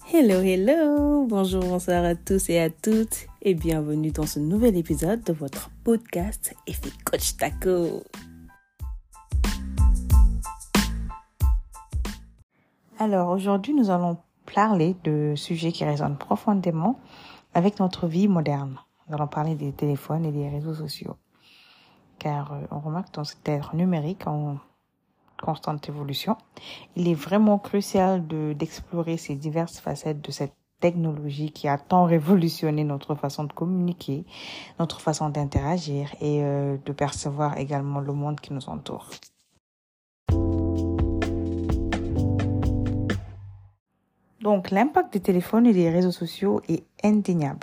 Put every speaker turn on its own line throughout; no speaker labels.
Hello, hello, bonjour, bonsoir à tous et à toutes et bienvenue dans ce nouvel épisode de votre podcast Effet Coach Taco. Alors aujourd'hui, nous allons parler de sujets qui résonnent profondément avec notre vie moderne. Nous allons parler des téléphones et des réseaux sociaux. Car on remarque dans cette ère numérique en constante évolution, il est vraiment crucial d'explorer ces diverses facettes de cette technologie qui a tant révolutionné notre façon de communiquer, notre façon d'interagir et de percevoir également le monde qui nous entoure. Donc, l'impact des téléphones et des réseaux sociaux est indéniable.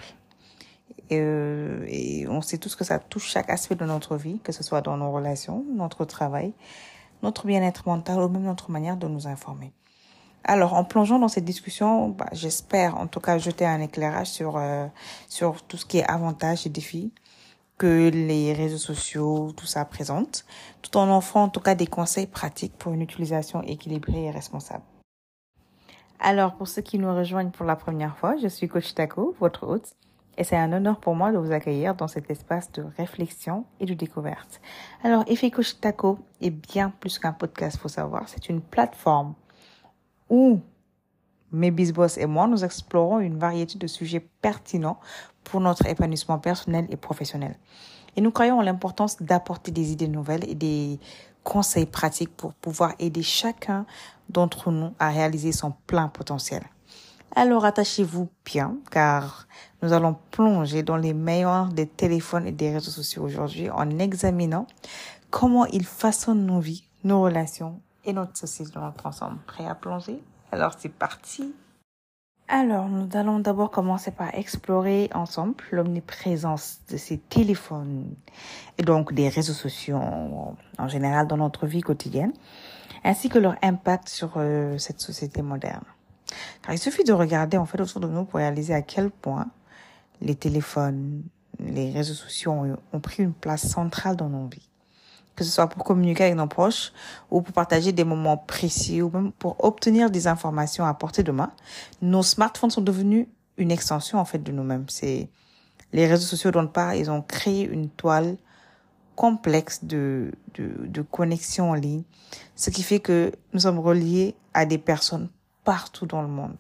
Et on sait tous que ça touche chaque aspect de notre vie, que ce soit dans nos relations, notre travail, notre bien-être mental ou même notre manière de nous informer. Alors, en plongeant dans cette discussion, j'espère en tout cas jeter un éclairage sur tout ce qui est avantages et défis que les réseaux sociaux, tout ça présente, tout en offrant en tout cas des conseils pratiques pour une utilisation équilibrée et responsable. Alors, pour ceux qui nous rejoignent pour la première fois, je suis Coach Taco, votre hôte, et c'est un honneur pour moi de vous accueillir dans cet espace de réflexion et de découverte. Alors, Effet Coach Taco est bien plus qu'un podcast, faut savoir, c'est une plateforme où mes BizBoss et moi, nous explorons une variété de sujets pertinents pour notre épanouissement personnel et professionnel. Et nous croyons en l'importance d'apporter des idées nouvelles et des conseils pratiques pour pouvoir aider chacun d'entre nous à réaliser son plein potentiel. Alors attachez-vous bien car nous allons plonger dans les meilleurs des téléphones et des réseaux sociaux aujourd'hui en examinant comment ils façonnent nos vies, nos relations et notre société dans notre ensemble. Prêt à plonger? Alors c'est parti. Alors nous allons d'abord commencer par explorer ensemble l'omniprésence de ces téléphones et donc des réseaux sociaux en général dans notre vie quotidienne, ainsi que leur impact sur cette société moderne. Car il suffit de regarder en fait autour de nous pour réaliser à quel point les téléphones, les réseaux sociaux ont pris une place centrale dans nos vies. Que ce soit pour communiquer avec nos proches ou pour partager des moments précis ou même pour obtenir des informations à portée de main, nos smartphones sont devenus une extension en fait de nous-mêmes. Les réseaux sociaux dont on parle, ils ont créé une toile complexe de connexion en ligne, ce qui fait que nous sommes reliés à des personnes partout dans le monde.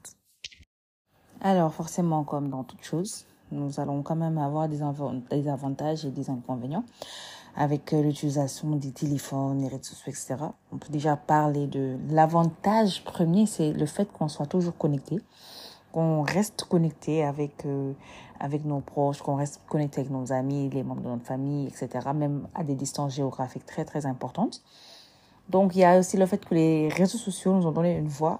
Alors forcément, comme dans toute chose, nous allons quand même avoir des avantages et des inconvénients avec l'utilisation des téléphones, des réseaux sociaux, etc. On peut déjà parler de l'avantage premier, c'est le fait qu'on soit toujours connecté, qu'on reste connecté avec nos proches, qu'on reste connecté avec nos amis, les membres de notre famille, etc., même à des distances géographiques très, très importantes. Donc, il y a aussi le fait que les réseaux sociaux nous ont donné une voix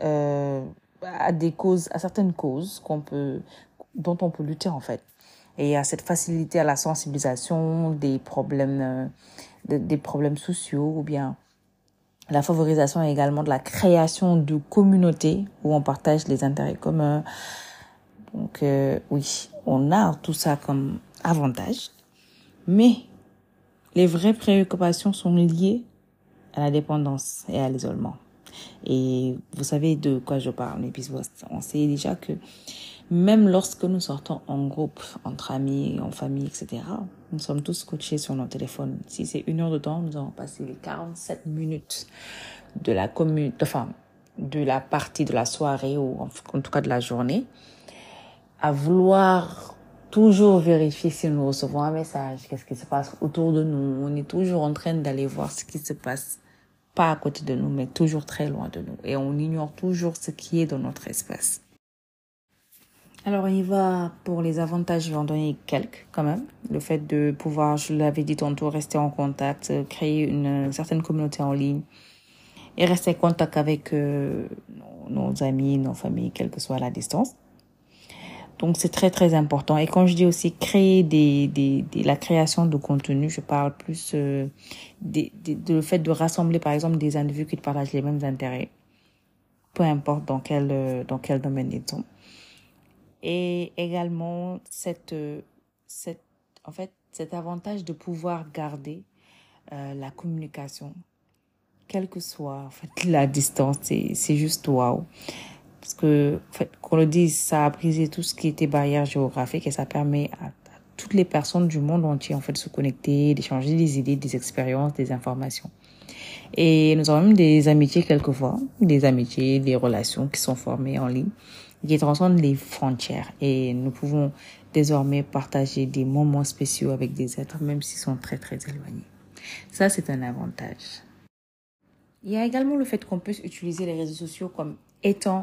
à certaines causes dont on peut lutter, en fait. Et à cette facilité à la sensibilisation des problèmes sociaux ou bien la favorisation également de la création de communautés où on partage les intérêts communs. Donc oui, on a tout ça comme avantage, mais les vraies préoccupations sont liées à la dépendance et à l'isolement. Et vous savez de quoi je parle, mais on sait déjà que même lorsque nous sortons en groupe, entre amis, en famille, etc., nous sommes tous scotchés sur nos téléphones. Si c'est 1 heure de temps, nous avons passé les 47 minutes de la partie de la soirée ou en tout cas de la journée à vouloir toujours vérifier si nous recevons un message, qu'est-ce qui se passe autour de nous. On est toujours en train d'aller voir ce qui se passe, pas à côté de nous, mais toujours très loin de nous. Et on ignore toujours ce qui est dans notre espace. Alors, on y va pour les avantages, je vais en donner quelques quand même. Le fait de pouvoir, je l'avais dit tantôt, rester en contact, créer une certaine communauté en ligne et rester en contact avec nos amis, nos familles, quelle que soit la distance. Donc, c'est très, très important. Et quand je dis aussi créer la création de contenu, je parle plus de le fait de rassembler, par exemple, des individus qui partagent les mêmes intérêts, peu importe dans quel domaine ils sont. Et également cet avantage de pouvoir garder la communication, quelle que soit en fait la distance, c'est juste waouh. Parce que, en fait, qu'on le dise, ça a brisé tout ce qui était barrière géographique et ça permet à toutes les personnes du monde entier, en fait, de se connecter, d'échanger des idées, des expériences, des informations. Et nous avons même des amitiés quelquefois, des amitiés, des relations qui sont formées en ligne, qui transcendent les frontières. Et nous pouvons désormais partager des moments spéciaux avec des êtres, même s'ils sont très, très éloignés. Ça, c'est un avantage. Il y a également le fait qu'on puisse utiliser les réseaux sociaux comme étant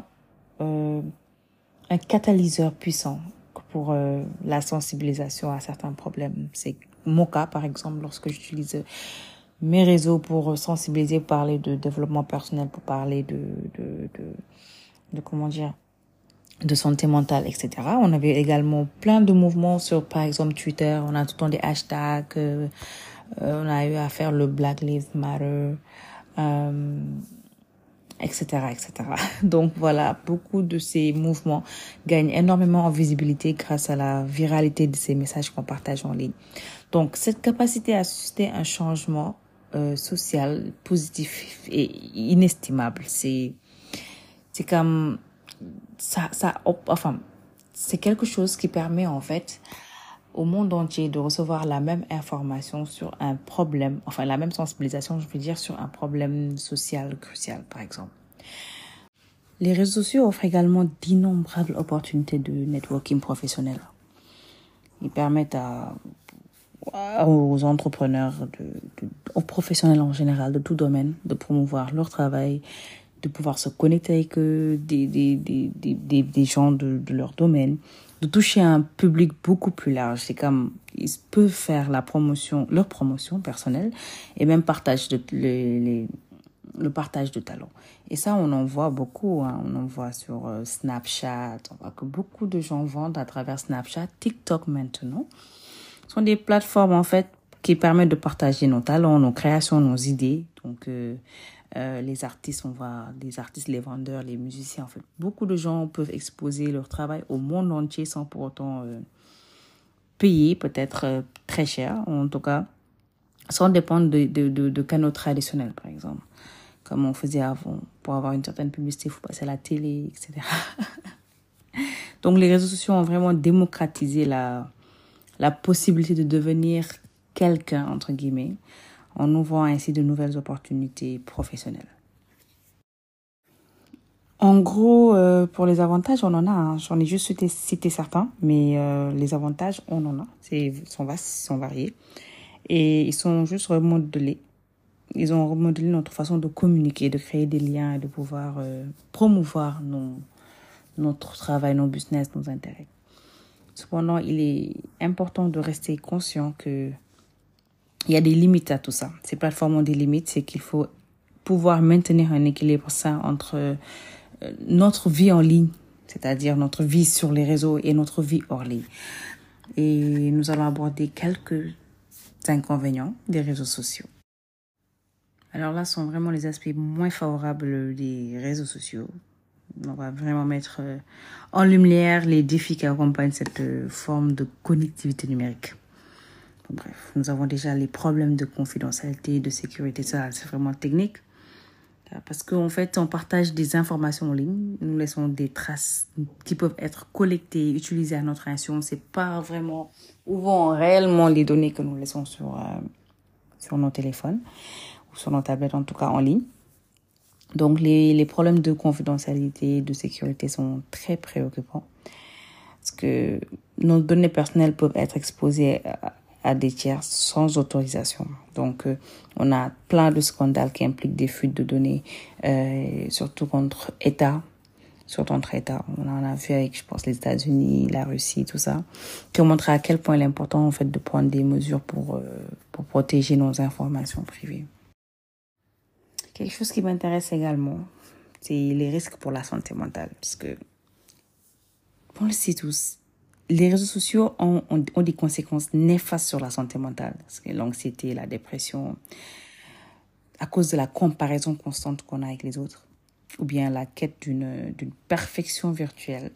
un catalyseur puissant pour la sensibilisation à certains problèmes. C'est mon cas, par exemple, lorsque j'utilise mes réseaux pour sensibiliser, parler de développement personnel, pour parler de comment dire, de santé mentale, etc. On avait également plein de mouvements sur, par exemple, Twitter. On a tout le temps des hashtags. On a eu à faire le Black Lives Matter, etc., etc. Donc voilà, beaucoup de ces mouvements gagnent énormément en visibilité grâce à la viralité de ces messages qu'on partage en ligne. Donc cette capacité à susciter un changement social positif et inestimable, c'est comme enfin c'est quelque chose qui permet en fait au monde entier de recevoir la même information sur un problème, enfin la même sensibilisation, je veux dire, sur un problème social crucial, par exemple. Les réseaux sociaux offrent également d'innombrables opportunités de networking professionnel. Ils permettent aux entrepreneurs, aux professionnels en général, de tout domaine, de promouvoir leur travail, de pouvoir se connecter avec des gens de leur domaine, de toucher un public beaucoup plus large. C'est comme, ils peuvent faire leur promotion personnelle et même le partage de talents. Et ça, on en voit beaucoup, hein. On en voit sur Snapchat. On voit que beaucoup de gens vendent à travers Snapchat, TikTok maintenant. Ce sont des plateformes, en fait, qui permettent de partager nos talents, nos créations, nos idées. Donc, les artistes, les vendeurs, les musiciens, en fait. Beaucoup de gens peuvent exposer leur travail au monde entier sans pour autant payer, peut-être très cher, en tout cas, sans dépendre de canaux traditionnels, par exemple. Comme on faisait avant. Pour avoir une certaine publicité, il faut passer à la télé, etc. Donc, les réseaux sociaux ont vraiment démocratisé la possibilité de devenir quelqu'un, entre guillemets, en ouvrant ainsi de nouvelles opportunités professionnelles. En gros, pour les avantages, on en a. Hein. J'en ai juste cité certains, mais les avantages, on en a. Sont vastes, sont variés. Et ils sont juste remodelés. Ils ont remodelé notre façon de communiquer, de créer des liens et de pouvoir promouvoir notre travail, nos business, nos intérêts. Cependant, il est important de rester conscient que il y a des limites à tout ça. Ces plateformes ont des limites, c'est qu'il faut pouvoir maintenir un équilibre sain entre notre vie en ligne, c'est-à-dire notre vie sur les réseaux et notre vie hors ligne. Et nous allons aborder quelques inconvénients des réseaux sociaux. Alors là, sont vraiment les aspects moins favorables des réseaux sociaux. On va vraiment mettre en lumière les défis qui accompagnent cette forme de connectivité numérique. Bon, bref, nous avons déjà les problèmes de confidentialité, de sécurité, ça c'est vraiment technique. Parce qu'en fait, on partage des informations en ligne, nous laissons des traces qui peuvent être collectées, utilisées à notre insu. On ne sait pas vraiment où vont réellement les données que nous laissons sur nos téléphones ou sur nos tablettes, en tout cas en ligne. Donc, les problèmes de confidentialité, de sécurité sont très préoccupants. Parce que nos données personnelles peuvent être exposées à des tiers sans autorisation. Donc, on a plein de scandales qui impliquent des fuites de données, surtout contre États. On en a vu avec, je pense, les États-Unis, la Russie, tout ça, qui ont montré à quel point il est important, en fait, de prendre des mesures pour protéger nos informations privées. Quelque chose qui m'intéresse également, c'est les risques pour la santé mentale. Parce que, on le sait tous, les réseaux sociaux ont des conséquences néfastes sur la santé mentale. Parce que l'anxiété, la dépression, à cause de la comparaison constante qu'on a avec les autres. Ou bien la quête d'une perfection virtuelle.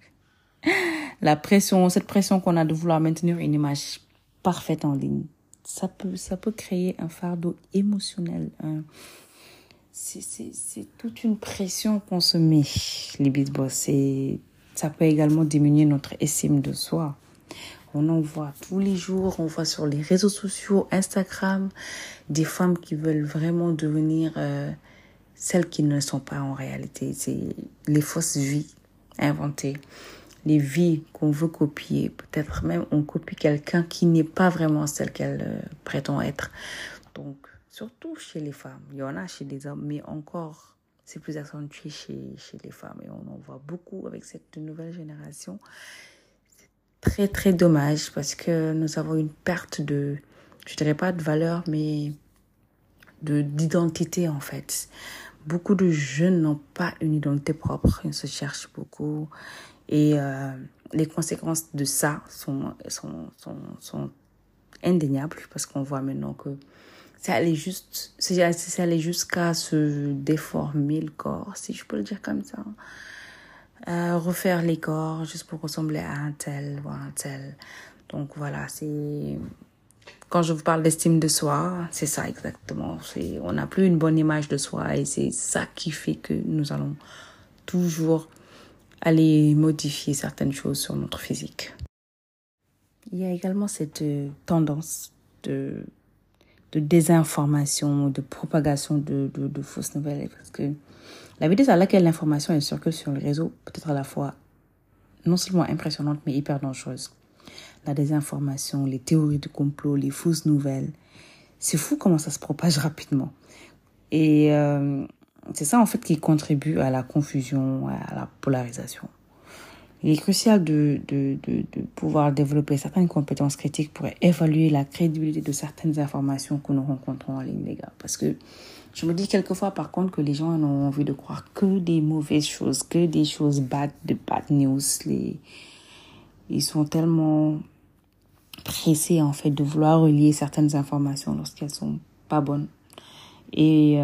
Cette pression qu'on a de vouloir maintenir une image parfaite en ligne. Ça peut créer un fardeau émotionnel,
c'est toute une pression qu'on se met, les big boss. Et ça peut également diminuer notre estime de soi. On en voit tous les jours, on voit sur les réseaux sociaux, Instagram, des femmes qui veulent vraiment devenir celles qui ne le sont pas en réalité. C'est les fausses vies inventées, les vies qu'on veut copier. Peut-être même on copie quelqu'un qui n'est pas vraiment celle qu'elle prétend être. Donc, surtout chez les femmes. Il y en a chez les hommes, mais encore, c'est plus accentué chez les femmes. Et on en voit beaucoup avec cette nouvelle génération. Très, très dommage parce que nous avons une perte de, je dirais pas de valeur, mais d'identité en fait. Beaucoup de jeunes n'ont pas une identité propre, ils se cherchent beaucoup et les conséquences de ça sont indéniables parce qu'on voit maintenant que c'est allé jusqu'à se déformer le corps, si je peux le dire comme ça. Refaire les corps juste pour ressembler à un tel ou à un tel. Donc voilà, quand je vous parle d'estime de soi, c'est ça exactement. On n'a plus une bonne image de soi et c'est ça qui fait que nous allons toujours aller modifier certaines choses sur notre physique. Il y a également cette tendance de désinformation, de propagation de fausses nouvelles. Parce que la vitesse à laquelle l'information elle circule sur le réseau peut être à la fois non seulement impressionnante, mais hyper dangereuse. La désinformation, les théories de complot, les fausses nouvelles. C'est fou comment ça se propage rapidement. Et c'est ça, en fait, qui contribue à la confusion, à la polarisation. Il est crucial de pouvoir développer certaines compétences critiques pour évaluer la crédibilité de certaines informations que nous rencontrons en ligne, les gars. Parce que je me dis quelquefois, par contre, que les gens ont envie de croire que des mauvaises choses, que des choses bad news. Ils sont tellement pressés, en fait, de vouloir relier certaines informations lorsqu'elles sont pas bonnes. Et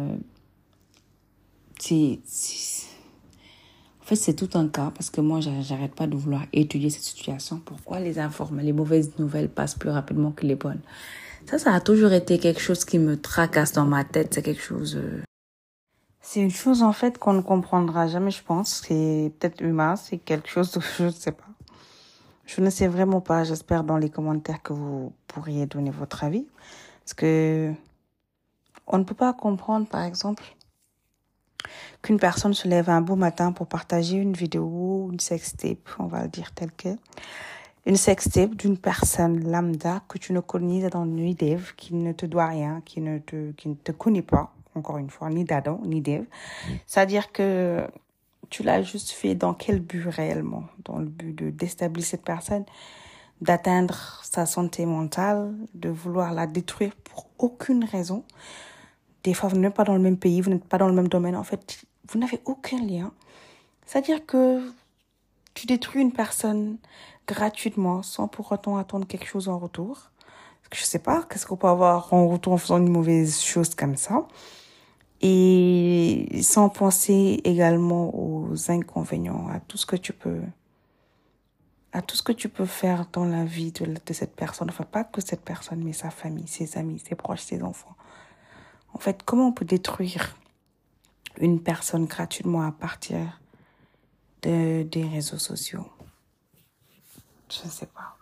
en fait, c'est tout un cas parce que moi, j'arrête pas de vouloir étudier cette situation. Pourquoi les mauvaises nouvelles passent plus rapidement que les bonnes? Ça a toujours été quelque chose qui me tracasse dans ma tête. C'est quelque chose...
C'est une chose, en fait, qu'on ne comprendra jamais, je pense. C'est peut-être humain, c'est quelque chose de... Je ne sais pas. Je ne sais vraiment pas. J'espère dans les commentaires que vous pourriez donner votre avis. Parce que on ne peut pas comprendre, par exemple, qu'une personne se lève un beau matin pour partager une vidéo, une sextape, on va le dire tel quel. Une sextape d'une personne lambda que tu ne connais dans ni d'Ève, qui ne te doit rien, qui ne te connaît pas, encore une fois, ni d'Adam, ni d'Ève. C'est-à-dire que tu l'as juste fait dans quel but réellement? Dans le but de déstabiliser cette personne, d'atteindre sa santé mentale, de vouloir la détruire pour aucune raison. Des fois, vous n'êtes pas dans le même pays, vous n'êtes pas dans le même domaine. En fait, vous n'avez aucun lien. C'est-à-dire que tu détruis une personne gratuitement sans pour autant attendre quelque chose en retour. Je sais pas, qu'est-ce qu'on peut avoir en retour en faisant une mauvaise chose comme ça. Et sans penser également aux inconvénients, à tout ce que tu peux faire dans la vie de cette personne. Enfin, pas que cette personne, mais sa famille, ses amis, ses proches, ses enfants. En fait, comment on peut détruire une personne gratuitement à partir des réseaux sociaux? Je ne sais pas.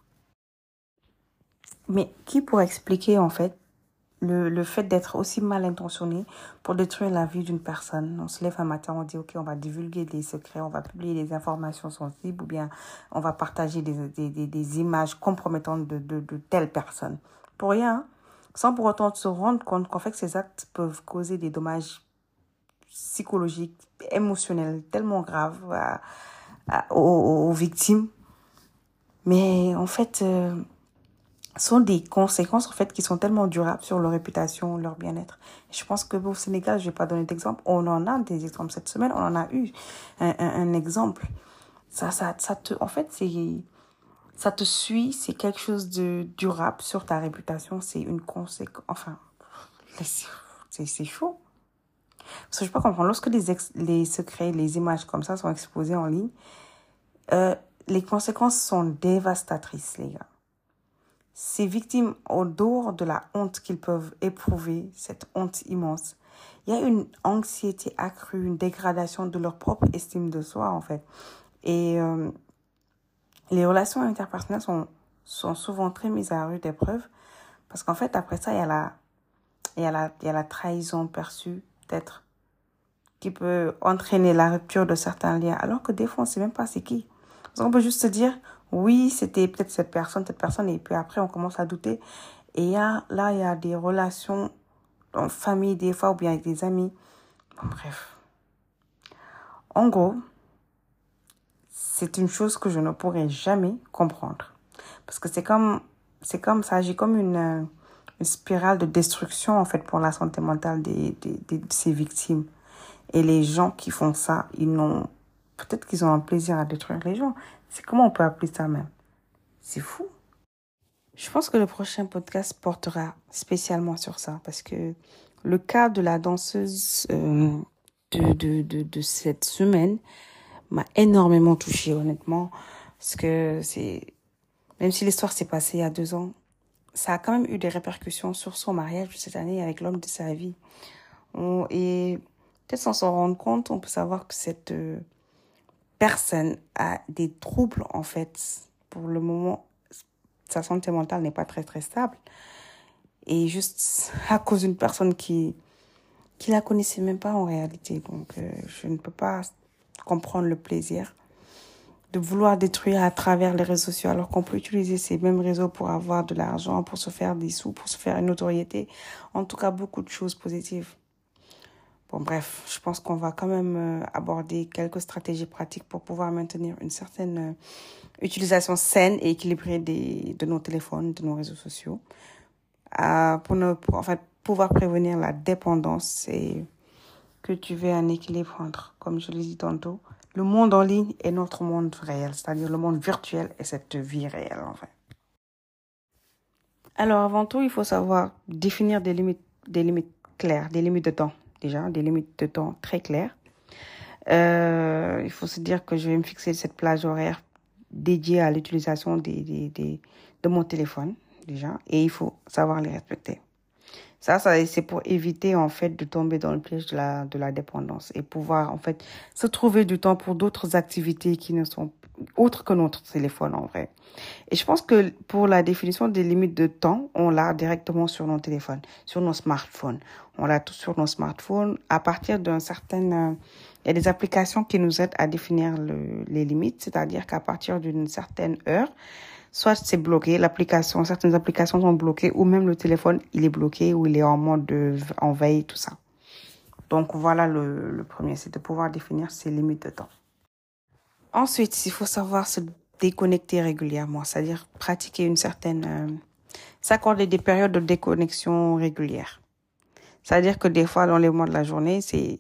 Mais qui pourrait expliquer, en fait, le fait d'être aussi mal intentionné pour détruire la vie d'une personne? On se lève un matin, on dit, OK, on va divulguer des secrets, on va publier des informations sensibles ou bien on va partager des images compromettantes de telle personne. Pour rien, hein? Sans pour autant se rendre compte qu'en fait, ces actes peuvent causer des dommages psychologiques, émotionnels, tellement graves aux victimes. Mais en fait, sont des conséquences en fait qui sont tellement durables sur leur réputation, leur bien-être. Je pense que au Sénégal, je vais pas donner d'exemple. On en a des exemples cette semaine. On en a eu un exemple. En fait, ça te suit. C'est quelque chose de durable sur ta réputation. C'est une conséquence. Enfin, c'est chaud. Parce que je peux pas comprendre. Lorsque les secrets, les images comme ça sont exposées en ligne, les conséquences sont dévastatrices, les gars. ces victimes, au dehors de la honte qu'ils peuvent éprouver, cette honte immense, il y a une anxiété accrue, une dégradation de leur propre estime de soi, en fait. Et les relations interpersonnelles sont souvent très mises à rude épreuve parce qu'en fait, après ça, il y a la trahison perçue, peut-être, qui peut entraîner la rupture de certains liens, alors que des fois, on ne sait même pas c'est qui. Parce qu'on peut juste se dire, oui, c'était peut-être cette personne, et puis après, on commence à douter. Et il y a des relations en famille, des fois, ou bien avec des amis. Bon, bref. En gros, c'est une chose que je ne pourrai jamais comprendre. Parce que ça agit comme une spirale de destruction, en fait, pour la santé mentale de ces victimes. Et les gens qui font ça, peut-être qu'ils ont un plaisir à détruire les gens. C'est comment on peut appeler ça même? C'est fou. Je pense que le prochain podcast portera spécialement sur ça parce que le cas de la danseuse de cette semaine m'a énormément touchée, honnêtement. Parce que même si l'histoire s'est passée il y a 2 ans, ça a quand même eu des répercussions sur son mariage de cette année avec l'homme de sa vie. Et peut-être sans s'en rendre compte, on peut savoir que cette personne a des troubles, en fait. Pour le moment, sa santé mentale n'est pas très, très stable. Et juste à cause d'une personne qui la connaissait même pas en réalité. Donc, je ne peux pas comprendre le plaisir de vouloir détruire à travers les réseaux sociaux alors qu'on peut utiliser ces mêmes réseaux pour avoir de l'argent, pour se faire des sous, pour se faire une notoriété. En tout cas, beaucoup de choses positives. Bon, bref, je pense qu'on va quand même aborder quelques stratégies pratiques pour pouvoir maintenir une certaine utilisation saine et équilibrée de nos téléphones, de nos réseaux sociaux, pour en fait, pouvoir prévenir la dépendance et cultiver un équilibre entre, comme je l'ai dit tantôt, le monde en ligne et notre monde réel, c'est-à-dire le monde virtuel et cette vie réelle, en fait. Alors, avant tout, il faut savoir définir des limites claires, des limites de temps, déjà, des limites de temps très claires. Il faut se dire que je vais me fixer cette plage horaire dédiée à l'utilisation de mon téléphone, déjà, et il faut savoir les respecter. Ça, c'est pour éviter, en fait, de tomber dans le piège de la dépendance et pouvoir, en fait, se trouver du temps pour d'autres activités qui ne sont autres que notre téléphone, en vrai. Et je pense que pour la définition des limites de temps, on l'a directement sur nos téléphones, sur nos smartphones. On l'a tout sur nos smartphones. À partir d'un certain... il y a des applications qui nous aident à définir les limites, c'est-à-dire qu'à partir d'une certaine heure, soit c'est bloqué, certaines applications sont bloquées, ou même le téléphone, il est bloqué, ou il est en mode en veille, tout ça. Donc voilà le premier, c'est de pouvoir définir ses limites de temps. Ensuite, il faut savoir se déconnecter régulièrement, c'est-à-dire pratiquer s'accorder des périodes de déconnexion régulières. C'est-à-dire que des fois, dans les mois de la journée,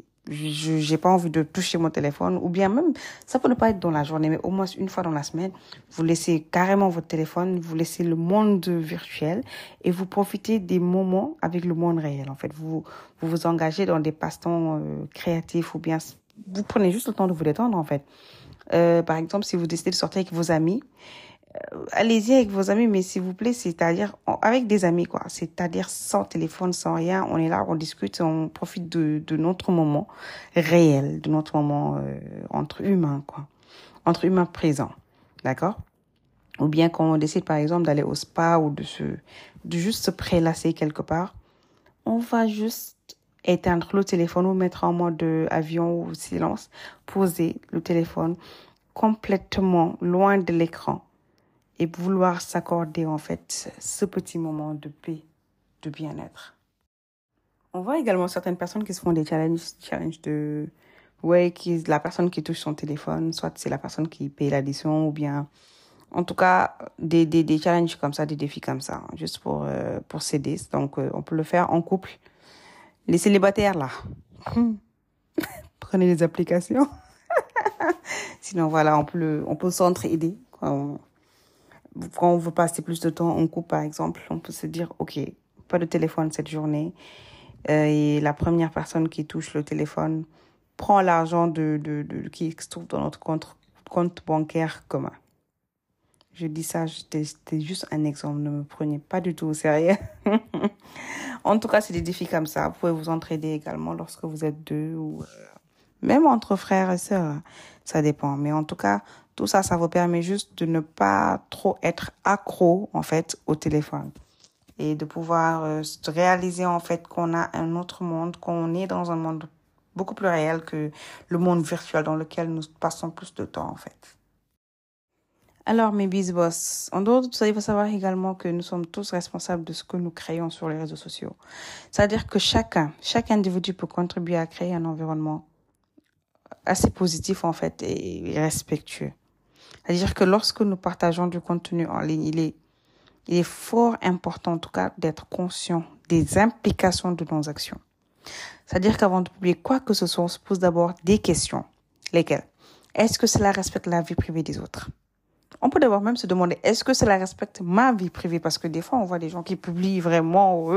j'ai pas envie de toucher mon téléphone, ou bien même, ça peut ne pas être dans la journée, mais au moins une fois dans la semaine, vous laissez carrément votre téléphone, vous laissez le monde virtuel et vous profitez des moments avec le monde réel. En fait, vous engagez dans des passe-temps créatifs, ou bien vous prenez juste le temps de vous détendre, en fait. Par exemple, si vous décidez de sortir avec vos amis, allez-y avec vos amis, mais s'il vous plaît, c'est-à-dire avec des amis, quoi. C'est-à-dire sans téléphone, sans rien. On est là, on discute, on profite de notre moment réel, de notre moment entre humains, quoi. Entre humains présents, d'accord? Ou bien quand on décide, par exemple, d'aller au spa ou de juste se prélasser quelque part, on va juste éteindre le téléphone ou mettre en mode avion ou silence, poser le téléphone complètement loin de l'écran et vouloir s'accorder, en fait, ce petit moment de paix, de bien-être. On voit également certaines personnes qui se font des challenges de... Ouais, la personne qui touche son téléphone, soit c'est la personne qui paye l'addition, ou bien... En tout cas, des challenges comme ça, des défis comme ça, juste pour s'aider. Donc, on peut le faire en couple. Les célibataires, là, prenez les applications. Sinon, voilà, on peut s'entraider. Quand on veut passer plus de temps en couple, par exemple, on peut se dire, OK, pas de téléphone cette journée. Et la première personne qui touche le téléphone prend l'argent qui se trouve dans notre compte bancaire commun. Je dis ça, c'était juste un exemple. Ne me prenez pas du tout au sérieux. En tout cas, c'est des défis comme ça. Vous pouvez vous entraider également lorsque vous êtes deux ou même entre frères et sœurs. Ça dépend. Mais en tout cas, tout ça, ça vous permet juste de ne pas trop être accro, en fait, au téléphone. Et de pouvoir réaliser, en fait, qu'on a un autre monde, qu'on est dans un monde beaucoup plus réel que le monde virtuel dans lequel nous passons plus de temps, en fait. Alors, mes boss, en dehors de tout ça, il faut savoir également que nous sommes tous responsables de ce que nous créons sur les réseaux sociaux. C'est-à-dire que chaque individu peut contribuer à créer un environnement assez positif, en fait, et respectueux. C'est-à-dire que lorsque nous partageons du contenu en ligne, il est fort important, en tout cas, d'être conscient des implications de nos actions. C'est-à-dire qu'avant de publier quoi que ce soit, on se pose d'abord des questions. Lesquelles? Est-ce que cela respecte la vie privée des autres? On peut d'abord même se demander, est-ce que cela respecte ma vie privée? Parce que des fois, on voit des gens qui publient vraiment.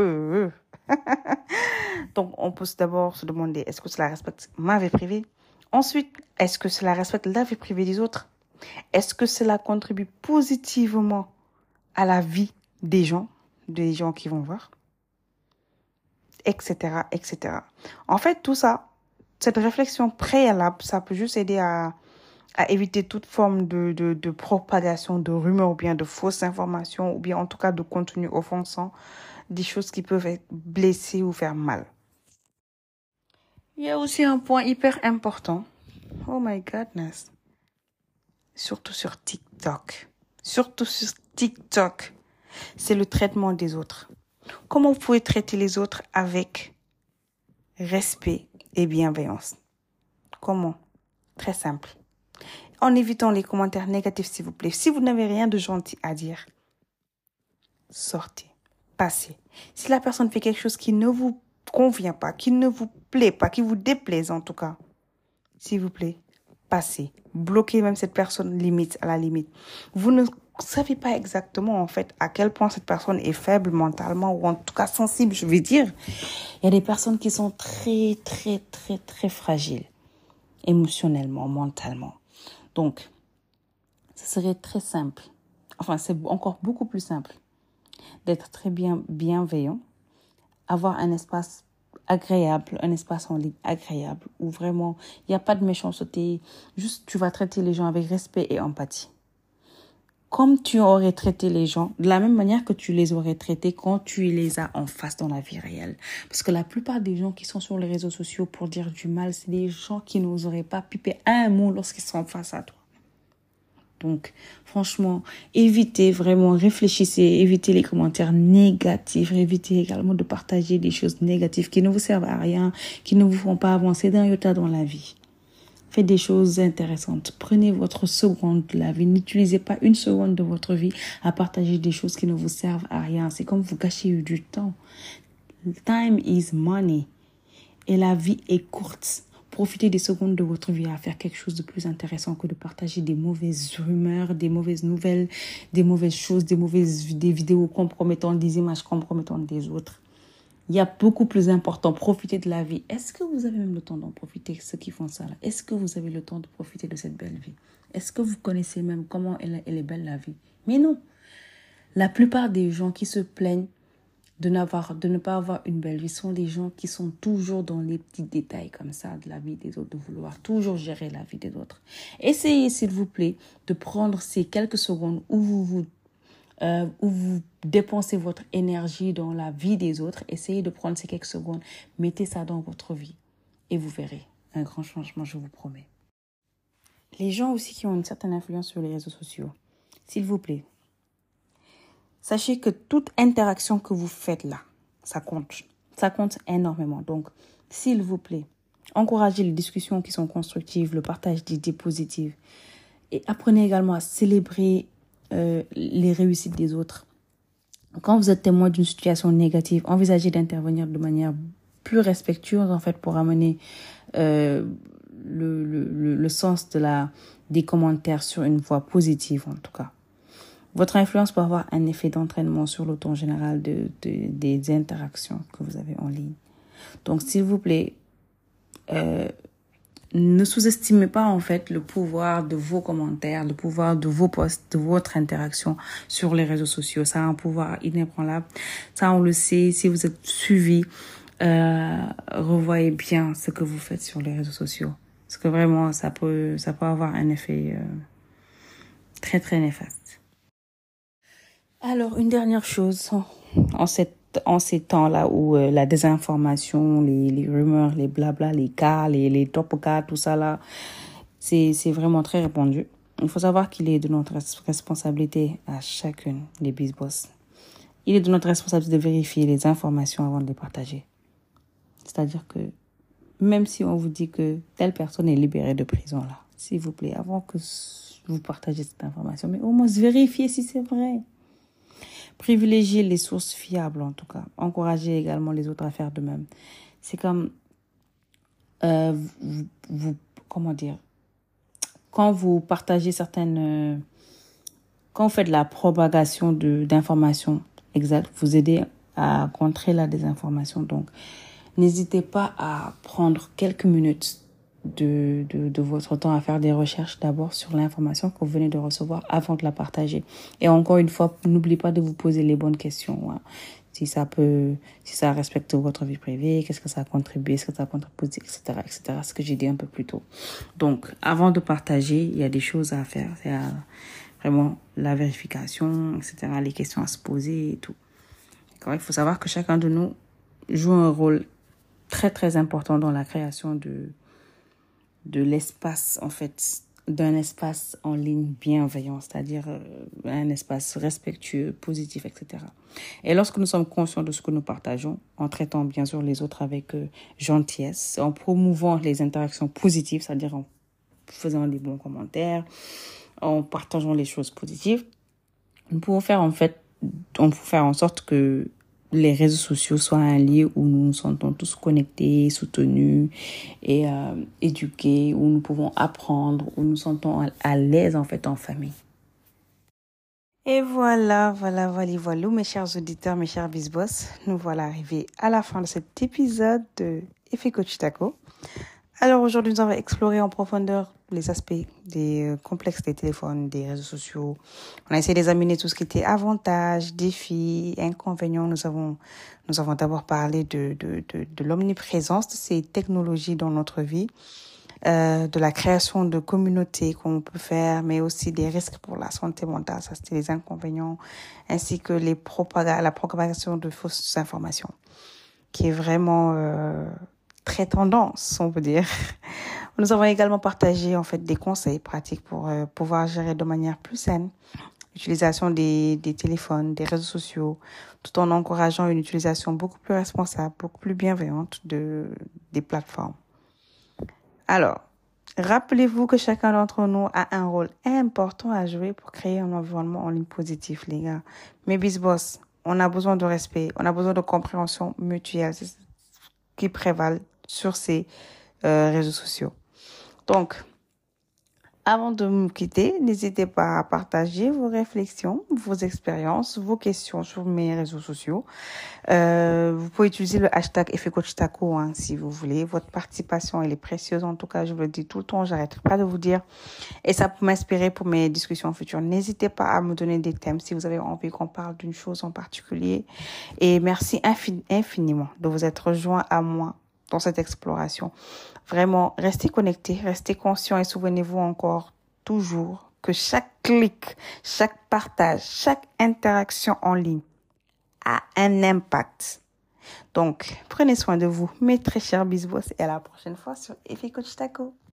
Donc, on peut d'abord se demander, est-ce que cela respecte ma vie privée? Ensuite, est-ce que cela respecte la vie privée des autres? Est-ce que cela contribue positivement à la vie des gens qui vont voir? Etc., etc. En fait, tout ça, cette réflexion préalable, ça peut juste aider à éviter toute forme de propagation de rumeurs ou bien de fausses informations ou bien en tout cas de contenu offensant, des choses qui peuvent être blesser ou faire mal. Il y a aussi un point hyper important. Oh my goodness. Surtout sur TikTok. C'est le traitement des autres. Comment vous pouvez traiter les autres avec respect et bienveillance? Comment? Très simple. En évitant les commentaires négatifs, s'il vous plaît. Si vous n'avez rien de gentil à dire, sortez, passez. Si la personne fait quelque chose qui ne vous convient pas, qui ne vous plaît pas, qui vous déplaise en tout cas, s'il vous plaît, passez. Bloquez même cette personne à la limite. Vous ne savez pas exactement en fait à quel point cette personne est faible mentalement ou en tout cas sensible, je veux dire. Il y a des personnes qui sont très, très, très, très fragiles émotionnellement, mentalement. Donc, ce serait très simple. Enfin, c'est encore beaucoup plus simple d'être très bienveillant, avoir un espace agréable, un espace en ligne agréable où vraiment il n'y a pas de méchanceté, juste tu vas traiter les gens avec respect et empathie. Comme tu aurais traité les gens, de la même manière que tu les aurais traités quand tu les as en face dans la vie réelle. Parce que la plupart des gens qui sont sur les réseaux sociaux pour dire du mal, c'est des gens qui n'oseraient pas piper un mot lorsqu'ils sont face à toi. Donc, franchement, évitez vraiment, réfléchissez, évitez les commentaires négatifs, évitez également de partager des choses négatives qui ne vous servent à rien, qui ne vous font pas avancer d'un iota dans la vie. Faites des choses intéressantes. Prenez votre seconde de la vie. N'utilisez pas une seconde de votre vie à partager des choses qui ne vous servent à rien. C'est comme vous gâchez du temps. Time is money. Et la vie est courte. Profitez des secondes de votre vie à faire quelque chose de plus intéressant que de partager des mauvaises rumeurs, des mauvaises nouvelles, des mauvaises choses, des vidéos compromettantes, des images compromettantes des autres. Il y a beaucoup plus important, profiter de la vie. Est-ce que vous avez même le temps d'en profiter, ceux qui font ça là? Est-ce que vous avez le temps de profiter de cette belle vie? Est-ce que vous connaissez même comment elle est belle la vie? Mais non. La plupart des gens qui se plaignent de ne pas avoir une belle vie sont des gens qui sont toujours dans les petits détails comme ça de la vie des autres, de vouloir toujours gérer la vie des autres. Essayez, s'il vous plaît, de prendre ces quelques secondes où vous dépensez votre énergie dans la vie des autres. Essayez de prendre ces quelques secondes, mettez ça dans votre vie et vous verrez un grand changement, je vous promets. Les gens aussi qui ont une certaine influence sur les réseaux sociaux, s'il vous plaît, sachez que toute interaction que vous faites là, ça compte. Ça compte énormément. Donc, s'il vous plaît, encouragez les discussions qui sont constructives, le partage d'idées positives et apprenez également à célébrer les réussites des autres. Quand vous êtes témoin d'une situation négative, envisagez d'intervenir de manière plus respectueuse en fait pour amener le sens des commentaires sur une voie positive en tout cas. Votre influence peut avoir un effet d'entraînement sur le ton général des interactions que vous avez en ligne. Donc s'il vous plaît,
ne sous-estimez pas en fait le pouvoir de vos commentaires, le pouvoir de vos posts, de votre interaction sur les réseaux sociaux. Ça a un pouvoir inébranlable. Ça, on le sait. Si vous êtes suivi, revoyez bien ce que vous faites sur les réseaux sociaux. Parce que vraiment, ça peut avoir un effet très, très néfaste. Alors, une dernière chose, en ces temps-là où la désinformation, les rumeurs, les blabla, les cas, les top cas, tout ça là, c'est vraiment très répandu. Il faut savoir qu'il est de notre responsabilité à chacune des BizBoss. Il est de notre responsabilité de vérifier les informations avant de les partager. C'est-à-dire que même si on vous dit que telle personne est libérée de prison là, s'il vous plaît, avant que vous partagez cette information, mais au moins vérifiez si c'est vrai. Privilégiez les sources fiables, en tout cas. Encouragez également les autres à faire de même. C'est comme, comment dire, quand vous partagez quand vous faites la propagation d'informations exactes, vous aidez à contrer la désinformation. Donc, n'hésitez pas à prendre quelques minutes de votre temps à faire des recherches d'abord sur l'information que vous venez de recevoir avant de la partager. Et encore une fois, n'oubliez pas de vous poser les bonnes questions. Hein. Si ça respecte votre vie privée, qu'est-ce que ça a contribué, est-ce que ça a contribué, etc., ce que j'ai dit un peu plus tôt. Donc, avant de partager, il y a des choses à faire. C'est vraiment la vérification, etc., les questions à se poser et tout. D'accord. Il faut savoir que chacun de nous joue un rôle très, très important dans la création de l'espace, en fait, d'un espace en ligne bienveillant, c'est-à-dire un espace respectueux, positif, etc. Et lorsque nous sommes conscients de ce que nous partageons, en traitant bien sûr les autres avec gentillesse, en promouvant les interactions positives, c'est-à-dire en faisant des bons commentaires, en partageant les choses positives, nous pouvons faire en sorte que les réseaux sociaux soient un lieu où nous nous sentons tous connectés, soutenus et éduqués, où nous pouvons apprendre, où nous nous sentons à l'aise en fait en famille.
Et voilà, mes chers auditeurs, mes chers BizBoss, nous voilà arrivés à la fin de cet épisode de Effet Coach Taco. Alors aujourd'hui, nous avons exploré en profondeur les aspects des complexes des téléphones, des réseaux sociaux. On a essayé d'examiner tout ce qui était avantages, défis, inconvénients. Nous avons d'abord parlé de l'omniprésence de ces technologies dans notre vie, de la création de communautés qu'on peut faire, mais aussi des risques pour la santé mentale. Ça, c'était les inconvénients, ainsi que la propagation de fausses informations, qui est vraiment très tendance, on peut dire. Nous avons également partagé en fait des conseils pratiques pour pouvoir gérer de manière plus saine l'utilisation des téléphones, des réseaux sociaux, tout en encourageant une utilisation beaucoup plus responsable, beaucoup plus bienveillante des plateformes. Alors, rappelez-vous que chacun d'entre nous a un rôle important à jouer pour créer un environnement en ligne positif, les gars. Mais BizBoss, on a besoin de respect, on a besoin de compréhension mutuelle qui prévalent sur ces réseaux sociaux. Donc, avant de me quitter, n'hésitez pas à partager vos réflexions, vos expériences, vos questions sur mes réseaux sociaux. Vous pouvez utiliser le hashtag #EffetCoachTaco si vous voulez. Votre participation, elle est précieuse. En tout cas, je vous le dis tout le temps, j'arrêterai pas de vous dire. Et ça peut m'inspirer pour mes discussions futures. N'hésitez pas à me donner des thèmes si vous avez envie qu'on parle d'une chose en particulier. Et merci infiniment de vous être rejoint à moi dans cette exploration. Vraiment, restez connectés, restez conscients et souvenez-vous encore toujours que chaque clic, chaque partage, chaque interaction en ligne a un impact. Donc, prenez soin de vous, mes très chers BizBoss, et à la prochaine fois sur Effet Coach Taco.